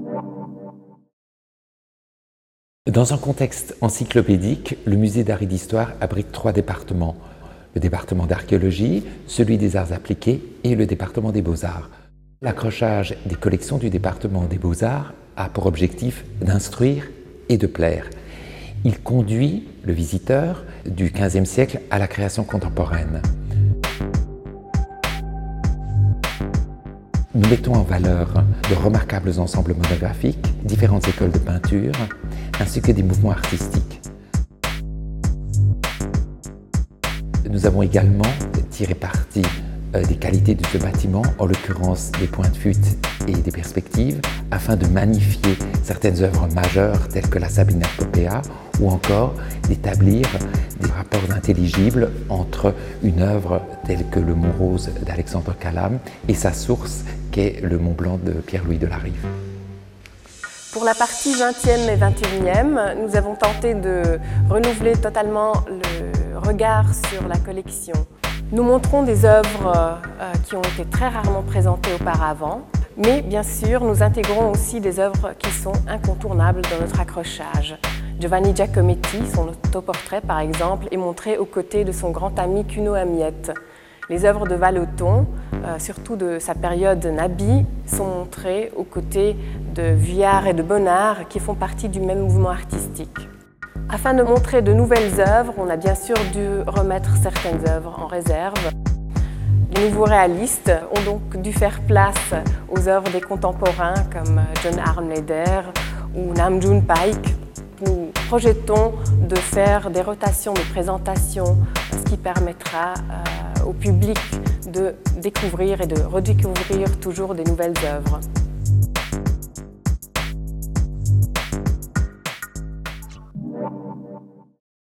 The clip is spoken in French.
Dans un contexte encyclopédique, le musée d'art et d'histoire abrite 3 départements. Le département d'archéologie, celui des arts appliqués et le département des beaux-arts. L'accrochage des collections du département des beaux-arts a pour objectif d'instruire et de plaire. Il conduit le visiteur du XVe siècle à la création contemporaine. Nous mettons en valeur de remarquables ensembles monographiques, différentes écoles de peinture, ainsi que des mouvements artistiques. Nous avons également tiré parti des qualités de ce bâtiment, en l'occurrence des points de fuite et des perspectives, afin de magnifier certaines œuvres majeures telles que la Sabina Popea, ou encore d'établir des rapports intelligibles entre une œuvre telle que le Mont Rose d'Alexandre Calame et sa source qu'est le Mont Blanc de Pierre-Louis de Larive. Pour la partie 20e et 21e, nous avons tenté de renouveler totalement le regard sur la collection. Nous montrons des œuvres qui ont été très rarement présentées auparavant, mais bien sûr, nous intégrons aussi des œuvres qui sont incontournables dans notre accrochage. Giovanni Giacometti, son autoportrait par exemple, est montré aux côtés de son grand ami Cuno Amiette. Les œuvres de Vallotton, surtout de sa période Nabi, sont montrées aux côtés de Vuillard et de Bonnard qui font partie du même mouvement artistique. Afin de montrer de nouvelles œuvres, on a bien sûr dû remettre certaines œuvres en réserve. Les nouveaux réalistes ont donc dû faire place aux œuvres des contemporains comme John Armleder ou Nam June Paik. Nous projetons de faire des rotations de présentation, ce qui permettra au public de découvrir et de redécouvrir toujours des nouvelles œuvres.